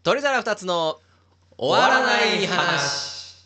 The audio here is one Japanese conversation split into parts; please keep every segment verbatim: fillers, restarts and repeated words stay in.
鳥皿二つの終わらない話。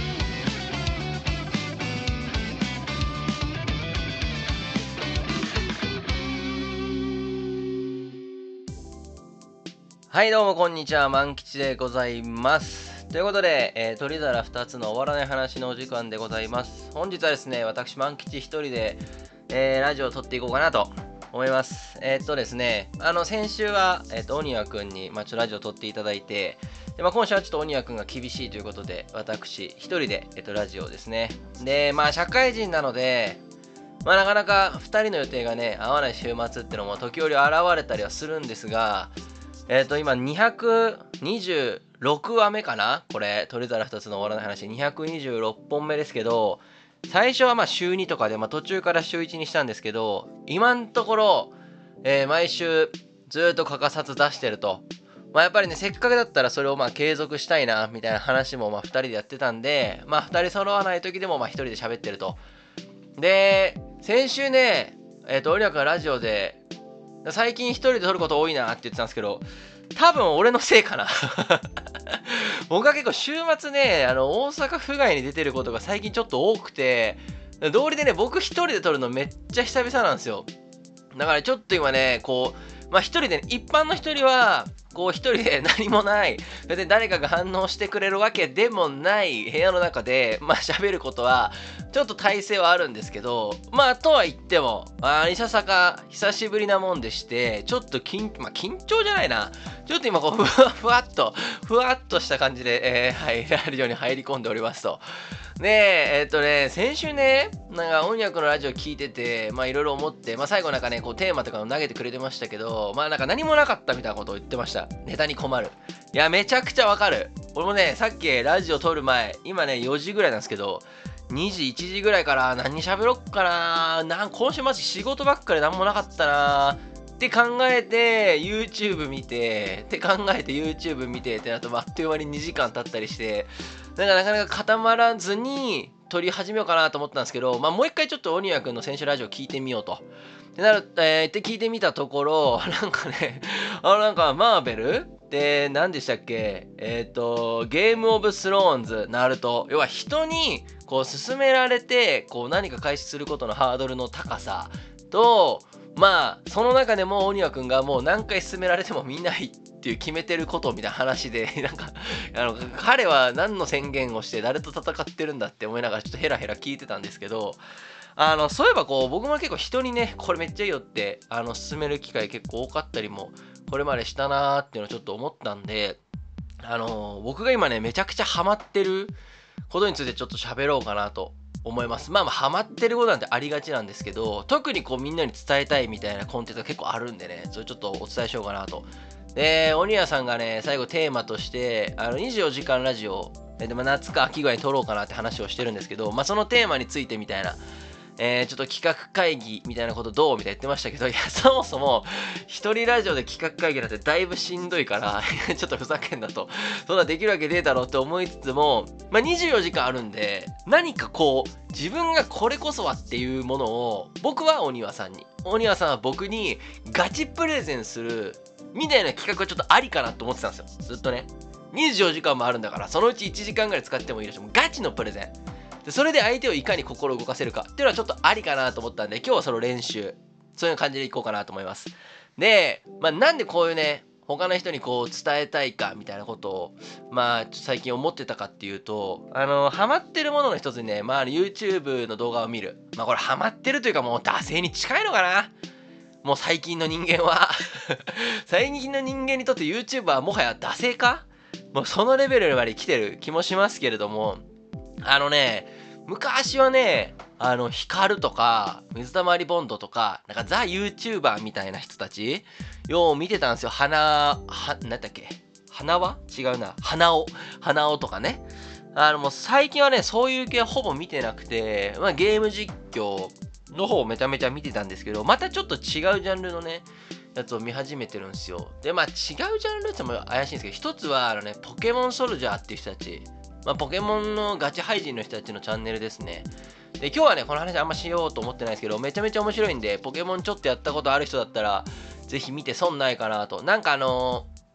はいどうもこんにちは、万吉でございます。ということで、えー、鳥皿二つの終わらない話のお時間でございます。本日はですね、私万吉一人で、えー、ラジオを撮っていこうかなと思います。えー、っとですね、あの先週は、えー、っと鬼谷くんに、まあ、ちょっとラジオを撮っていただいて、で、まあ、今週はちょっと鬼谷くんが厳しいということで、私一人で、えー、っとラジオですね。で、まあ社会人なので、まあなかなかふたりの予定がね合わない週末っていうのも時折現れたりはするんですが、えっ、ー、と今にひゃくにじゅうろくわめかな、これ鳥皿ふたつの終わらない話にひゃくにじゅうろっぽんめですけど、最初はまあ週にとかで、まあ、途中から週いちにしたんですけど、今のところ、えー、毎週ずっと欠かさず出してると。まあ、やっぱりね、せっかくだったらそれをまあ継続したいなみたいな話もまあふたりでやってたんで、まあふたり揃わない時でもまあひとりで喋ってると。で、先週ね、えっ、ー、と鬼谷くんラジオで最近一人で撮ること多いなって言ってたんですけど、多分俺のせいかな僕は結構週末ね、あの大阪府外に出てることが最近ちょっと多くて、道理でね、僕一人で撮るのめっちゃ久々なんですよ。だからちょっと今ね、こうまあ一人で、ね、一般の一人はこう一人で何もない、別に誰かが反応してくれるわけでもない部屋の中でまあ喋ることはちょっと体勢はあるんですけど、まあとは言ってもあいささか久しぶりなもんでして、ちょっと緊、まあ、緊張じゃないな、ちょっと今こうふわふわっとふわっとした感じで、えー、はい、ラジオに入り込んでおりますと。ねえ、えっとね、先週ね、なんか音楽のラジオ聞いてて、まあいろいろ思って、まあ最後なんかね、こうテーマとかを投げてくれてましたけど、まあなんか何もなかったみたいなことを言ってました。ネタに困る。いや、めちゃくちゃわかる。俺もね、さっきラジオ撮る前、今ね、よじぐらいなんですけど、にじ、いちじぐらいから何喋ろっかな、なん今週マジ仕事ばっかり何もなかったなって考えて YouTube 見てって考えて YouTube 見てってなるとあっという間ににじかん経ったりして、なんかなかなか固まらずに撮り始めようかなと思ったんですけど、まあもう一回ちょっと鬼谷くんの先週ラジオ聞いてみようと。ってなる、えー、って聞いてみたところ、なんかね、あのなんかマーベルで何でしたっけ、えっ、ー、とゲームオブスローンズナルト、要は人にこう勧められてこう何か開始することのハードルの高さと、まあその中でも鬼谷くんがもう何回勧められても見ないっていう決めてることみたいな話で、なんかあの彼は何の宣言をして誰と戦ってるんだって思いながらちょっとヘラヘラ聞いてたんですけど、あのそういえばこう僕も結構人にねこれめっちゃいいよってあの勧める機会結構多かったりもこれまでしたなーっていうのをちょっと思ったんで、あの僕が今ねめちゃくちゃハマってることについてちょっと喋ろうかなと思います。まあまあハマってることなんてありがちなんですけど、特にこうみんなに伝えたいみたいなコンテンツが結構あるんでね、それちょっとお伝えしようかなと。で、鬼谷さんがね最後テーマとしてあのにじゅうよじかんラジオでも夏か秋ぐらいに撮ろうかなって話をしてるんですけど、まあそのテーマについてみたいな、えー、ちょっと企画会議みたいなことどうみたいな言ってましたけど、いやそもそも一人ラジオで企画会議なんてだいぶしんどいからちょっとふざけんなと、そんなできるわけねえだろうって思いつつも、まあ、にじゅうよじかんあるんで何かこう自分がこれこそはっていうものを僕は鬼羽さんに、鬼羽さんは僕にガチプレゼンするみたいな企画はちょっとありかなと思ってたんですよ、ずっとね。にじゅうよじかんもあるんだからそのうちいちじかんぐらい使ってもいいでしょ、もうガチのプレゼンで、それで相手をいかに心を動かせるかっていうのはちょっとありかなと思ったんで、今日はその練習そういう感じでいこうかなと思います。で、まあ、なんでこういうね他の人にこう伝えたいかみたいなことをまあ最近思ってたかっていうと、あのハマってるものの一つにね、まあ YouTube の動画を見る、まあこれハマってるというかもう惰性に近いのかな、もう最近の人間は最近の人間にとって YouTuber はもはや惰性か、もうそのレベルまで来てる気もしますけれども、あのね昔はねあのヒカルとか水溜りボンドとかなんかザ YouTuber みたいな人たちよう見てたんですよ。花はなんだっけ、花は違うな、花尾花尾とかね。あのもう最近はねそういう系はほぼ見てなくて、まあ、ゲーム実況の方をめちゃめちゃ見てたんですけど、またちょっと違うジャンルのねやつを見始めてるんですよ。でまあ違うジャンルっても怪しいんですけど、一つはあのねポケモンソルジャーっていう人たち、まあ、ポケモンのガチ配信の人たちのチャンネルですね。で今日はねこの話あんましようと思ってないですけど、めちゃめちゃ面白いんでポケモンちょっとやったことある人だったらぜひ見て損ないかなと。なんかあの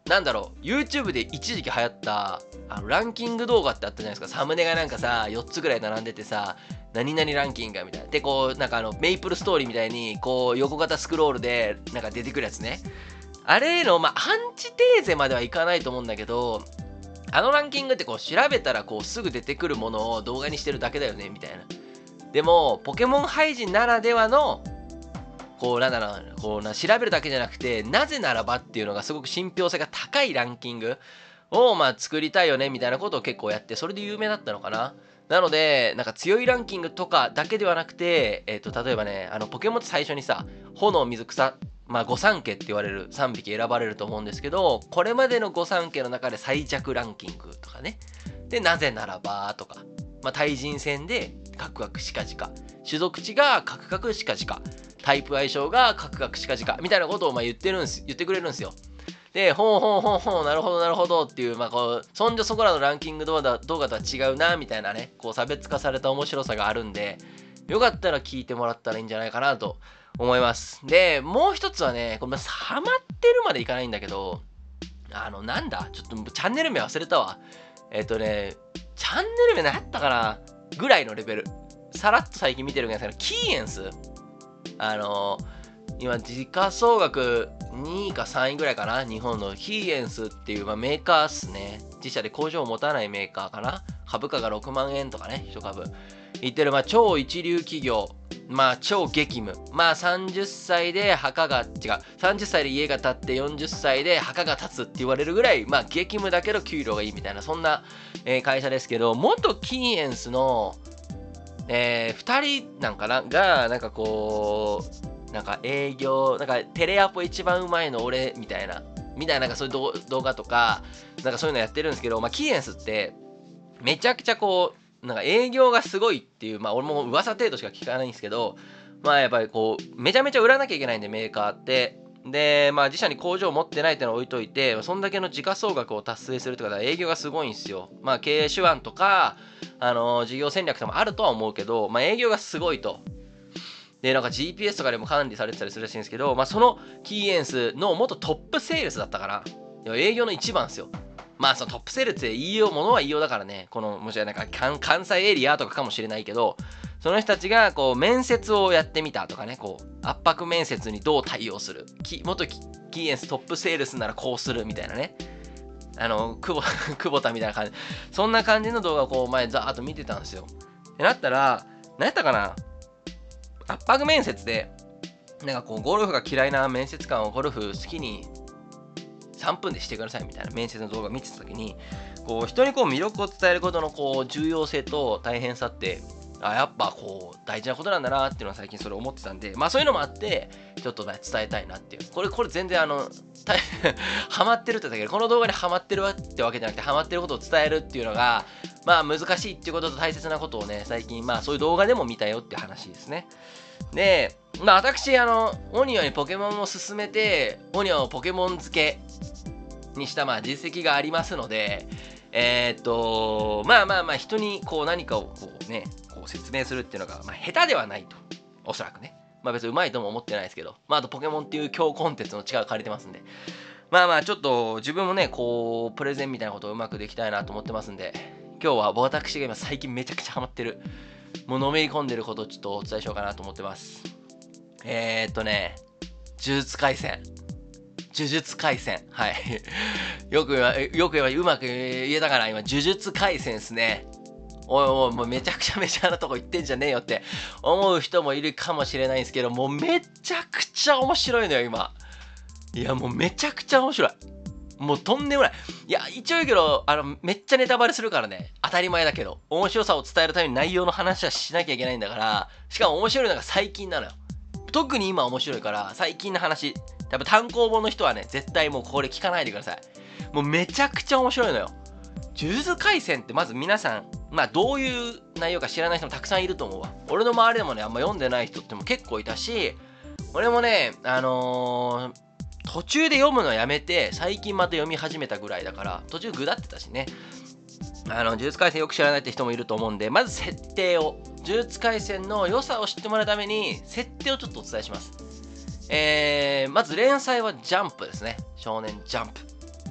なんだろう、YouTube で一時期流行ったあのランキング動画ってあったじゃないですか。サムネがなんかさ、よっつぐらい並んでてさ、何々ランキングみたいな。で、こう、なんかあの、メイプルストーリーみたいに、こう、横型スクロールで、なんか出てくるやつね。あれの、まあ、アンチテーゼまではいかないと思うんだけど、あのランキングってこう、調べたらこう、すぐ出てくるものを動画にしてるだけだよね、みたいな。でも、ポケモン廃人ならではの、こう、なんだろう、こうな、調べるだけじゃなくて、なぜならばっていうのがすごく信憑性が高いランキングを、まあ、作りたいよね、みたいなことを結構やって、それで有名だったのかな。なので、なんか強いランキングとかだけではなくて、えっと、例えばね、あの、ポケモンって最初にさ、炎、水、草、まあ、御三家って言われるさんびき選ばれると思うんですけど、これまでの御三家の中で最弱ランキングとかね。で、なぜならばとか、まあ、対人戦でカクカクシカジカ、種族値がカクカクシカジカ、タイプ相性がカクカクシカジカみたいなことをまあ言ってるんす、言ってくれるんですよ。で、ほうほうほうほう、なるほどなるほどっていう、まあこう、そんじょそこらのランキング動画動画とは違うな、みたいなね、こう差別化された面白さがあるんで、よかったら聞いてもらったらいいんじゃないかなと思います。で、もう一つはね、これハマってるまでいかないんだけど、あの、なんだちょっとチャンネル名忘れたわ。えっとね、チャンネル名何やったかなぐらいのレベル。さらっと最近見てるんですけど、キーエンスあのー、今、時価総額にいかさんいぐらいかな日本のキーエンスっていう、まあ、メーカーっすね。自社で工場を持たないメーカーかな株価がろくまんえんとかね、一株。言ってる、まあ、超一流企業。まあ、超激務。まあ、さんじゅっさいで墓が、違う。さんじゅっさいで家が建ってよんじゅっさいで墓が建つって言われるぐらい、まあ、激務だけど給料がいいみたいな、そんな、えー、会社ですけど、元キーエンスの、えー、ふたりなんかなが、なんかこう、なんか営業、なんかテレアポ一番うまいの俺みたいな、みたいな、なんかそういう動画とか、なんかそういうのやってるんですけど、まあ、キーエンスって、めちゃくちゃこう、なんか営業がすごいっていう、まあ俺も噂程度しか聞かないんですけど、まあやっぱりこう、めちゃめちゃ売らなきゃいけないんで、メーカーって。で、まあ自社に工場を持ってないっていうのを置いといて、そんだけの時価総額を達成するってことは営業がすごいんですよ。まあ経営手腕とか、あのー事業戦略とかもあるとは思うけど、まあ営業がすごいと。で、なんか ジーピーエス とかでも管理されてたりするらしいんですけど、まあそのキーエンスの元トップセールスだったから、いや営業の一番ですよ。まあそのトップセールって言いよう、ものは言いようだからね、この、もしろなんか関関西エリアとかかもしれないけど、その人たちがこう面接をやってみたとかね、こう圧迫面接にどう対応する、き元キキーエンストップセールスならこうするみたいなね、あの、久保久保田みたいな感じ、そんな感じの動画をこう前ざーっと見てたんですよ。ってなったら、何やったかな、圧迫面接で、なんかこうゴルフが嫌いな面接官をゴルフ好きにさんぷんでしてくださいみたいな面接の動画を見てた時に、こう人にこう魅力を伝えることのこう重要性と大変さって、あ、やっぱこう大事なことなんだなっていうのは最近それ思ってたんで、まあそういうのもあってちょっとね伝えたいなっていう、これこれ全然あの大ハマってるってだけで、この動画にハマってるってわけじゃなくて、ハマってることを伝えるっていうのがまあ難しいっていうことと大切なことをね、最近まあそういう動画でも見たよって話ですね。で、まあ私、あの、オニオにポケモンを進めて、オニオンをポケモン漬けにしたまあ実績がありますので、えー、っと、まあまあまあ人にこう何かをこうね、こう説明するっていうのが、まあ下手ではないと。おそらくね。まあ別に上手いとも思ってないですけど、まああとポケモンっていう強コンテンツの力を借りてますんで、まあまあちょっと自分もね、こう、プレゼンみたいなことをうまくできたいなと思ってますんで、今日は私が今最近めちゃくちゃハマってる、もうのめり込んでることをちょっとお伝えしようかなと思ってます。えー、っとね、呪術廻戦。呪術廻戦。はい。よく言わ、よく言わ、うまく言えたかな今、呪術廻戦ですね。おいおい、もうめちゃくちゃメジャーなとこ行ってんじゃねえよって思う人もいるかもしれないんですけど、もうめちゃくちゃ面白いのよ、今。いや、もうめちゃくちゃ面白い。もうとんでもない。いや、一応言うけど、あの、めっちゃネタバレするからね。当たり前だけど。面白さを伝えるために内容の話はしなきゃいけないんだから、しかも面白いのが最近なのよ。特に今面白いから、最近の話。多分単行本の人はね、絶対もうこれ聞かないでください。もうめちゃくちゃ面白いのよ。呪術廻戦ってまず皆さん、まあどういう内容か知らない人もたくさんいると思うわ。俺の周りでもね、あんま読んでない人っても結構いたし、俺もね、あのー、途中で読むのやめて最近また読み始めたぐらいだから、途中ぐだってたしね、あの呪術廻戦よく知らないって人もいると思うんで、まず設定を、呪術廻戦の良さを知ってもらうために設定をちょっとお伝えします。えー、まず連載はジャンプですね。少年ジャンプ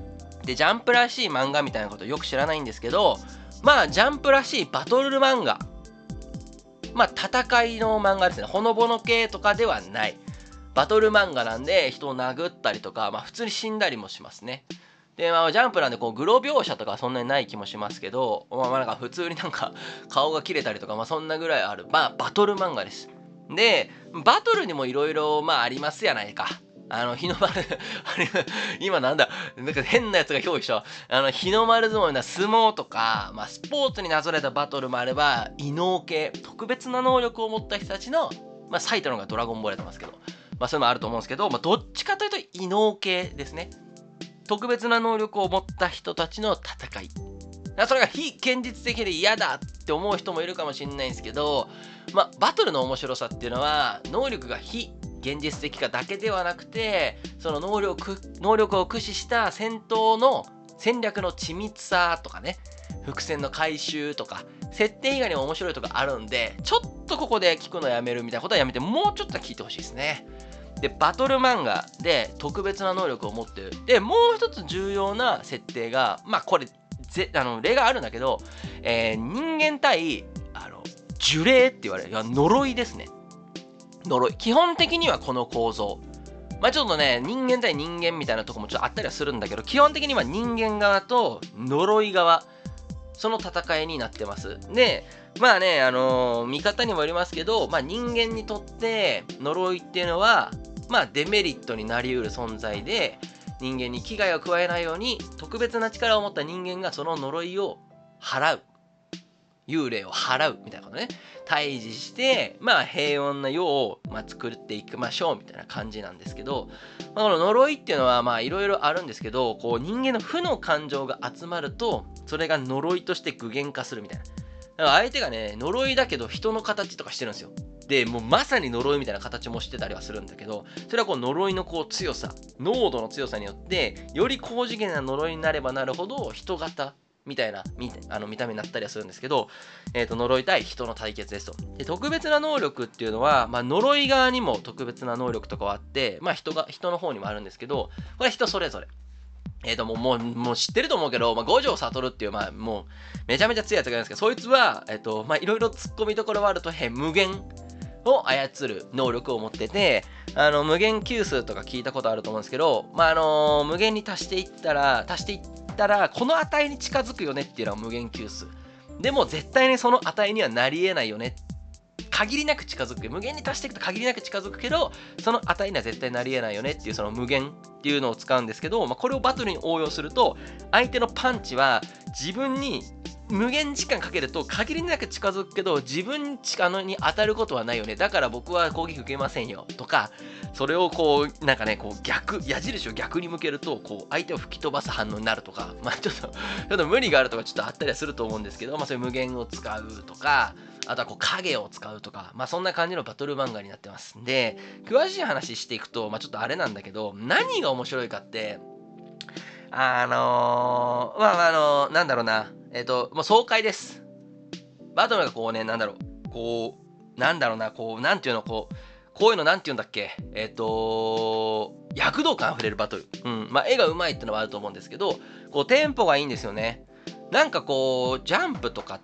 で、ジャンプらしい漫画みたいなことよく知らないんですけど、まあ、ジャンプらしいバトル漫画。まあ、戦いの漫画ですね。ほのぼの系とかではない。バトル漫画なんで、人を殴ったりとか、まあ、普通に死んだりもしますね。で、まあ、ジャンプなんで、こう、グロ描写とかはそんなにない気もしますけど、まあ、まあなんか普通になんか顔が切れたりとか、まあ、そんなぐらいある。まあ、バトル漫画です。で、バトルにもいろいろ、まあ、ありますやないか。あの、日の丸あれ、今なんだ、なんか変なやつが憑依した。あの、日の丸相撲な相撲とか、まあ、スポーツになぞらえたバトルもあれば、異能系、特別な能力を持った人たちの、まあ、最たのがドラゴンボールやってますけど、まあ、そういうのもあると思うんですけど、まあ、どっちかというと異能系ですね。特別な能力を持った人たちの戦い。それが非現実的で嫌だって思う人もいるかもしれないんですけど、まあ、バトルの面白さっていうのは、能力が非現実的かだけではなくて、その能力能力を駆使した戦闘の戦略の緻密さとかね、伏線の回収とか、設定以外にも面白いとこあるんで、ちょっとここで聞くのやめるみたいなことはやめて、もうちょっと聞いてほしいですね。で、バトル漫画で特別な能力を持ってる。で、もう一つ重要な設定が、まあこれ、ぜあの例があるんだけど、えー、人間対あの呪霊って言われる、いや呪いですね。呪い。基本的にはこの構造。まあちょっとね、人間対人間みたいなとこもちょっとあったりはするんだけど、基本的には人間側と呪い側、その戦いになってます。で、まあね、あのー見方にもよりますけど、まあ人間にとって呪いっていうのは、まあデメリットになりうる存在で、人間に危害を加えないように、特別な力を持った人間がその呪いを払う。幽霊を払うみたいなことね。退治して、まあ平穏な世を、まあ、作っていきましょうみたいな感じなんですけど、まあ、この呪いっていうのはまあいろいろあるんですけど、こう人間の負の感情が集まると、それが呪いとして具現化するみたいな。だから相手がね、呪いだけど人の形とかしてるんですよ。で、もうまさに呪いみたいな形もしてたりはするんだけど、それはこう呪いのこう強さ、濃度の強さによって、より高次元な呪いになればなるほど人型みたいな見あの見た目になったりはするんですけど、えーと、呪い対人の対決ですと。で、特別な能力っていうのは、まあ、呪い側にも特別な能力とかはあって、まあ、人が、人の方にもあるんですけど、これは人それぞれ。えーと、もう、もう、もう知ってると思うけど、まあ、五条悟っていう、まあ、もう、めちゃめちゃ強いやつがいるんですけど、そいつは、えっ、ー、と、まあ、いろいろ突っ込みどころはあると、へ、無限を操る能力を持ってて、あの、無限級数とか聞いたことあると思うんですけど、まあ、あのー無限に足していったら、足していったら、この値に近づくよねっていうのは無限級数。でも、絶対にその値にはなり得ないよね。限りなく近づく。無限に足していくと限りなく近づくけど、その値には絶対なり得ないよねっていうその無限っていうのを使うんですけど、まあ、これをバトルに応用すると、相手のパンチは自分に無限時間かけると限りなく近づくけど、自分にあのに当たることはないよね。だから僕は攻撃受けませんよ。とか、それをこう、なんかね、こう逆、矢印を逆に向けると、こう、相手を吹き飛ばす反応になるとか、まあちょっと、ちょっと無理があるとかちょっとあったりはすると思うんですけど、まあそういう無限を使うとか、あとはこう影を使うとか、まあそんな感じのバトル漫画になってます。で、詳しい話していくと、まあちょっとあれなんだけど、何が面白いかって、あのー、まああのー、なんだろうな、えっ、と、もう爽快です。バトルがこうね、なんだろう、こう、なんだろうな、こう、なんていうの、こう、こういうのなんていうんだっけ、えっ、と躍動感あふれるバトル。うん。まあ絵がうまいってのはあると思うんですけど、こうテンポがいいんですよね。なんかこう、ジャンプとかって、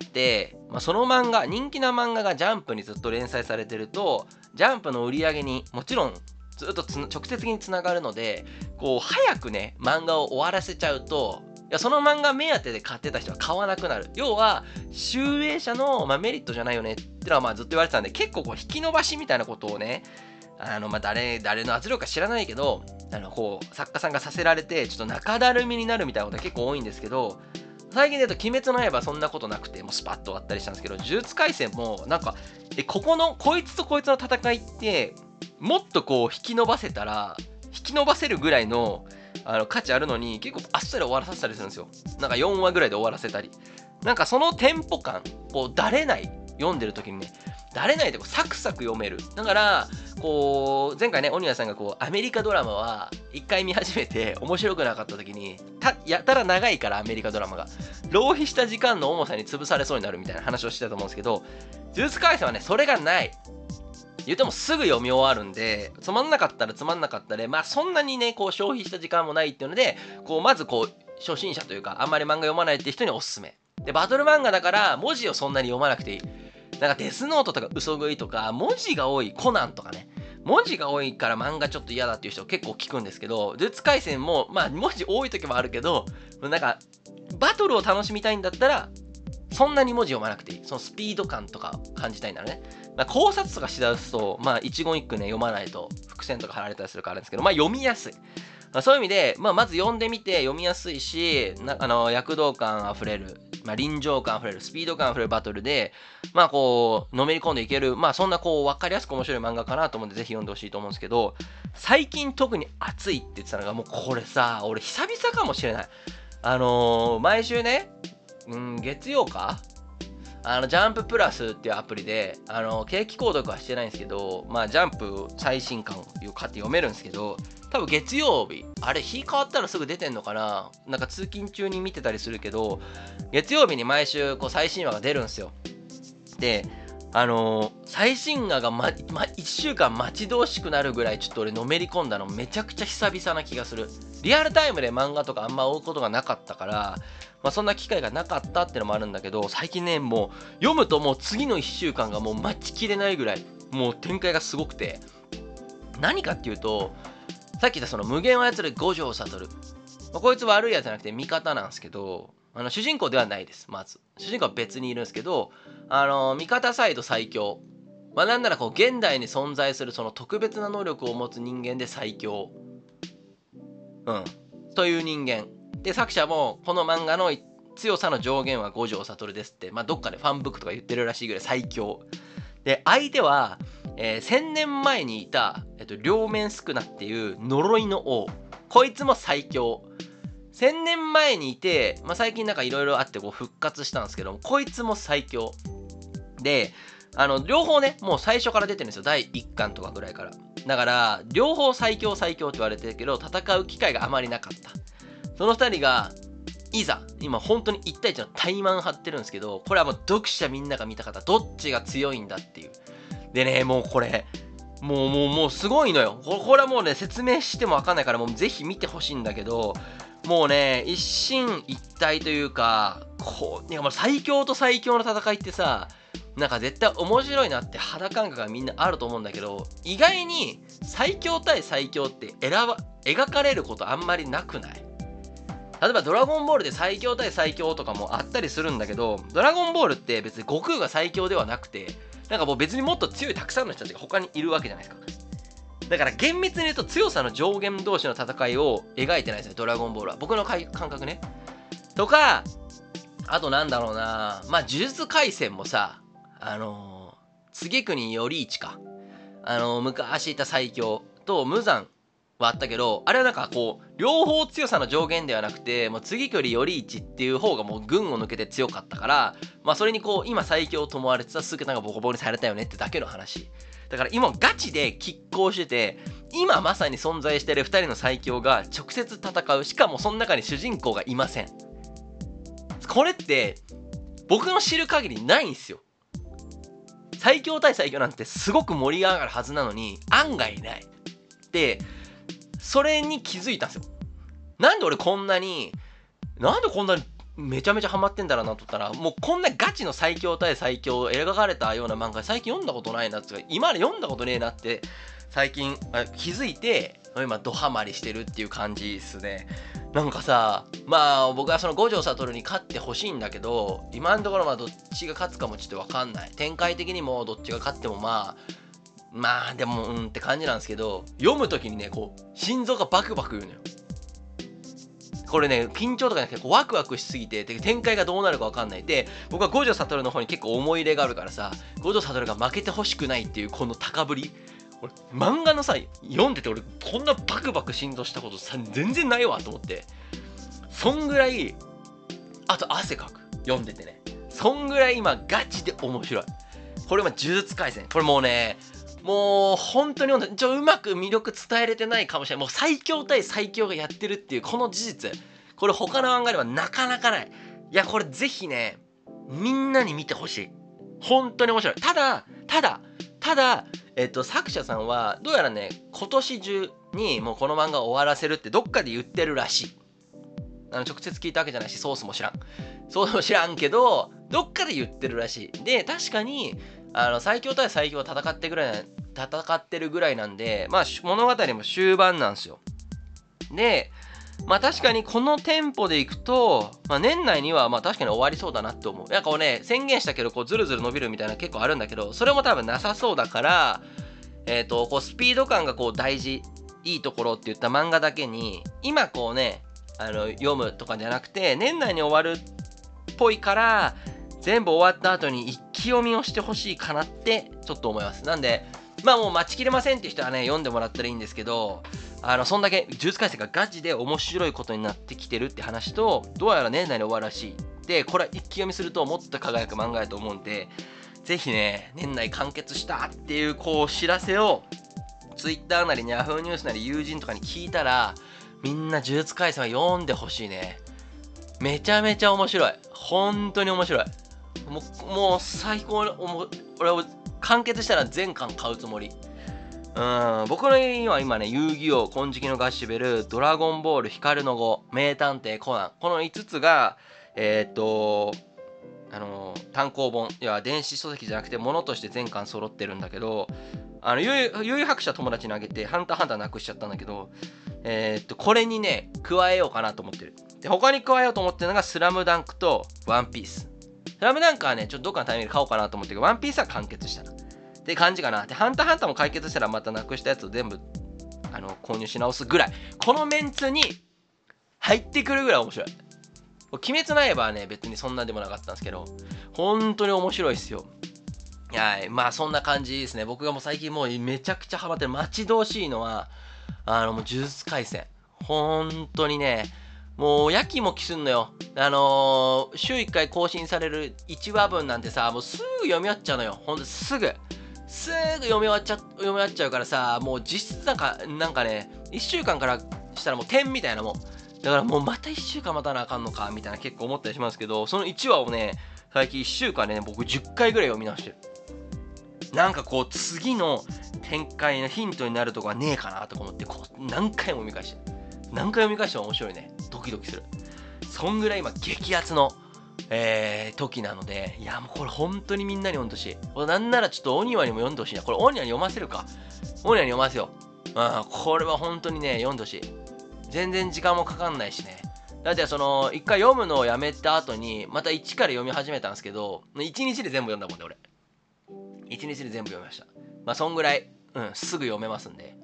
まあ、その漫画、人気な漫画がジャンプにずっと連載されてると、ジャンプの売り上げにもちろんずっとつ直接的につながるので、こう、早くね、漫画を終わらせちゃうと、いやその漫画目当てで買ってた人は買わなくなる。要は、集英社の、まあ、メリットじゃないよねってのはまあずっと言われてたんで、結構こう引き伸ばしみたいなことをね、あのまあ誰誰の圧力か知らないけど、あのこう作家さんがさせられて、ちょっと中だるみになるみたいなことが結構多いんですけど、最近で言うと、鬼滅の刃そんなことなくて、もうスパッと終わったりしたんですけど、呪術廻戦も、なんか、え、ここの、こいつとこいつの戦いって、もっとこう、引き伸ばせたら、引き伸ばせるぐらいの、あの、価値あるのに、結構あっさり終わらさせたりするんですよ。なんかよんわぐらいで終わらせたり。なんかそのテンポ感、こう、だれない、読んでる時にね、だれないでこうサクサク読める。だから、こう、前回ね、鬼谷さんがこう、アメリカドラマは、一回見始めて面白くなかった時に、た、やたら長いからアメリカドラマが。浪費した時間の重さに潰されそうになるみたいな話をしてたと思うんですけど、呪術廻戦はね、それがない。言ってもすぐ読み終わるんで、つまんなかったらつまんなかったで、まあそんなにね、こう消費した時間もないっていうので、こうまずこう、 初心者というかあんまり漫画読まないって人におすすめで、バトル漫画だから文字をそんなに読まなくていい。なんかデスノートとか嘘食いとか文字が多いコナンとかね、文字が多いから漫画ちょっと嫌だっていう人結構聞くんですけど、呪術廻戦もまあ文字多い時もあるけど、なんかバトルを楽しみたいんだったらそんなに文字読まなくていい。そのスピード感とか感じたいならね。まあ、考察とかしだすと、まあ、一言一句ね、読まないと伏線とか貼られたりするからあるんですけど、まあ、読みやすい。まあ、そういう意味で、まあ、まず読んでみて読みやすいし、なあの躍動感あふれる、まあ、臨場感あふれる、スピード感あふれるバトルで、まあ、こう、のめり込んでいける、まあ、そんなこう、わかりやすく面白い漫画かなと思って、ぜひ読んでほしいと思うんですけど、最近特に熱いって言ってたのが、もうこれさ、俺久々かもしれない。あのー、毎週ね、うん、月曜かあのジャンププラスっていうアプリであの定期購読はしてないんですけど、まあジャンプ最新刊を買って読めるんですけど、多分月曜日あれ日変わったらすぐ出てんのかな、なんか通勤中に見てたりするけど、月曜日に毎週こう最新話が出るんですよ。であのー、最新話が、まま、いっしゅうかん待ち遠しくなるぐらいちょっと俺のめり込んだのめちゃくちゃ久々な気がする。リアルタイムで漫画とかあんま追うことがなかったから、まあ、そんな機会がなかったってのもあるんだけど、最近ねもう読むともう次のいっしゅうかんがもう待ちきれないぐらいもう展開がすごくて、何かっていうと、さっき言ったその無限を操る五条悟、まあ、こいつ悪いやつじゃなくて味方なんですけど、あの主人公ではないです。まず主人公は別にいるんですけど、あの味方サイド最強、まあ、なんならこう現代に存在するその特別な能力を持つ人間で最強、うんという人間で、作者もこの漫画の強さの上限は五条悟ですって、まあ、どっかでファンブックとか言ってるらしいぐらい最強で、相手は、えー、せんねんまえにいた、えっと、両面宿儺っていう呪いの王、こいつも最強。せんねんまえにいて、まあ、最近なんかいろいろあってこう復活したんですけども、こいつも最強で、あの両方ねもう最初から出てるんですよ、だいいっかんとかぐらいから。だから両方最強最強って言われてるけど、戦う機会があまりなかった。そのふたりがいざ今本当にいち対いちの対マン張ってるんですけど、これはもう読者みんなが見た方、どっちが強いんだっていう。でね、もうこれもうもうもうすごいのよ。これこれはもうね説明しても分かんないから、もうぜひ見てほしいんだけど、もうね一進一退というか、こういやもう最強と最強の戦いってさ、なんか絶対面白いなって肌感覚がみんなあると思うんだけど、意外に最強対最強って選ば描かれることあんまりなくない？例えばドラゴンボールで最強対最強とかもあったりするんだけど、ドラゴンボールって別に悟空が最強ではなくて、なんかもう別にもっと強いたくさんの人たちが他にいるわけじゃないですか。だから厳密に言うと強さの上限同士の戦いを描いてないですね、ドラゴンボールは。僕の感覚ね。とか、あとなんだろうな、まあ呪術廻戦もさ、あのー、次国頼一か、あのー、昔いた最強と無惨はあったけど、あれはなんかこう両方強さの上限ではなくて、もう次国頼一っていう方がもう群を抜けて強かったから、まあそれにこう今最強と思われてたすぐなんかボコボコにされたよねってだけの話だから、今ガチで拮抗してて、今まさに存在してるふたりの最強が直接戦う。しかもその中に主人公がいません。これって僕の知る限りないんですよ。最強対最強なんてすごく盛り上がるはずなのに案外ない。でそれに気づいたんですよ。なんで俺こんなになんでこんなにめちゃめちゃハマってんだろうなと思ったら、もうこんなガチの最強対最強を描かれたような漫画最近読んだことないなって、今まで読んだことねえなって最近気づいて、今ドハマりしてるっていう感じですね。なんかさ、まあ僕はその五条悟に勝ってほしいんだけど、今のところまあどっちが勝つかもちょっと分かんない。展開的にもどっちが勝ってもまあまあでもうんって感じなんですけど、読む時にねこう心臓がバクバク言うのよ。これね緊張とかじゃなくてこうワクワクしすぎて、展開がどうなるか分かんないで、僕は五条悟の方に結構思い入れがあるからさ、五条悟が負けてほしくないっていうこの高ぶり、俺漫画のさ読んでて俺こんなバクバク心臓したことさ全然ないわと思って、そんぐらい、あと汗かく読んでてね、そんぐらい今ガチで面白い。これは呪術廻戦、これもうねもう本当に読んでちょうまく魅力伝えれてないかもしれない。もう最強対最強がやってるっていうこの事実、これ他の漫画ではなかなかない。いやこれぜひねみんなに見てほしい。本当に面白い。ただただただえっと作者さんはどうやらね今年中にもうこの漫画を終わらせるってどっかで言ってるらしい。 あの直接聞いたわけじゃないし、ソースも知らん。ソースも知らんけど、どっかで言ってるらしい。で、確かに、あの、最強対最強は戦ってぐらい、戦ってるぐらいなんで、まあ、物語も終盤なんですよ。で、まあ確かにこのテンポでいくと、まあ、年内にはまあ確かに終わりそうだなって思う。なんかこうね、宣言したけどこうずるずる伸びるみたいな結構あるんだけど、それも多分なさそうだから、えっと、こうスピード感がこう大事、いいところって言った漫画だけに、今こうね、あの読むとかじゃなくて、年内に終わるっぽいから、全部終わった後に一気読みをしてほしいかなってちょっと思います。なんで、まあもう待ちきれませんっていう人はね、読んでもらったらいいんですけど、あの、そんだけ呪術廻戦がガチで面白いことになってきてるって話と、どうやら年内に終わるらしい。で、これは一気読みするともっと輝く漫画やと思うんで、ぜひね、年内完結したっていうこう知らせを、Twitter なり Yahoo ニュースなり友人とかに聞いたら、みんな呪術廻戦は読んでほしいね。めちゃめちゃ面白い。本当に面白い。もう、もう最高の、俺は完結したら全巻買うつもり。うん、僕の家には今ね、遊戯王、金色のガッシュベル、ドラゴンボール、光の碁、名探偵コナン、このいつつが、えー、っと、あのー、単行本、いや、電子書籍じゃなくて、物として全巻揃ってるんだけど、あの、悠々白書友達にあげて、ハンターハンターなくしちゃったんだけど、えー、っと、これにね、加えようかなと思ってる。で、他に加えようと思ってるのが、スラムダンクとワンピース。スラムダンクはね、ちょっとどっかのタイミングで買おうかなと思ってるけど、ワンピースは完結したな。って感じかな。で、ハンターハンターも解決したらまたなくしたやつを全部、あの、購入し直すぐらい。このメンツに入ってくるぐらい面白い。鬼滅の刃はね、別にそんなでもなかったんですけど、本当に面白いですよ。はい。まあ、そんな感じですね。僕がもう最近もうめちゃくちゃハマってる。待ち遠しいのは、あの、もう呪術廻戦。本当にね、もうやきもきすんのよ。あのー、週いっかい更新されるいちわぶんなんてさ、もうすぐ読み終わっちゃうのよ。ほんとすぐ。すぐ読み終わっちゃ、読み終わっちゃうからさ、もう実質なんか、なんかね、いっしゅうかんからしたらもう点みたいなもん。だからもうまたいっしゅうかん待たなあかんのか、みたいな結構思ったりしますけど、そのいちわをね、最近いっしゅうかんでね、僕じゅっかいぐらい読み直してる。なんかこう、次の展開のヒントになるとこはねえかなとか思って、こう、何回も読み返してる。何回読み返しても面白いね。ドキドキする。そんぐらい今、激アツの、えー、時なので、いや、もうこれ本当にみんなに読んでほしい。これなんならちょっとオニワにも読んでほしいな。これオニワに読ませるか。オニワに読ませよう。うん、これは本当にね、読んでほしい。全然時間もかかんないしね。だってその、一回読むのをやめた後に、また一から読み始めたんですけど、一日で全部読んだもんね、俺。一日で全部読みました。まあ、そんぐらい、うん、すぐ読めますんで。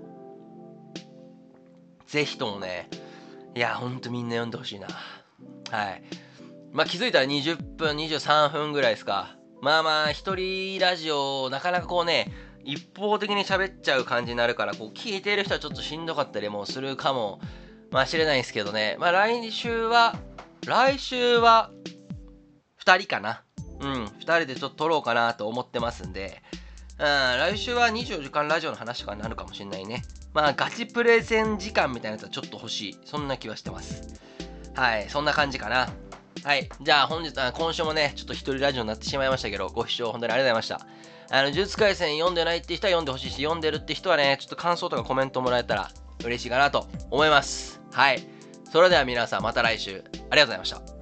ぜひともね、いや、ほんとみんな読んでほしいな。はい。まあ、気づいたらにじゅっぷん、にじゅうさんぷんぐらいですか。まあまあ、一人ラジオ、なかなかこうね、一方的に喋っちゃう感じになるから、こう、聞いている人はちょっとしんどかったりもするかも、まあ、しれないんですけどね。まあ、来週は、来週は、ふたりかな。うん、ふたりでちょっと撮ろうかなと思ってますんで、うん、来週はにじゅうよじかんラジオの話とかになるかもしれないね。まあ、ガチプレゼン時間みたいなやつはちょっと欲しい。そんな気はしてます。はい、そんな感じかな。はい、じゃあ本日、あ今週もね、ちょっと一人ラジオになってしまいましたけど、ご視聴本当にありがとうございました。あの、呪術廻戦読んでないって人は読んでほしいし、読んでるって人はね、ちょっと感想とかコメントもらえたら嬉しいかなと思います。はい。それでは皆さんまた来週、ありがとうございました。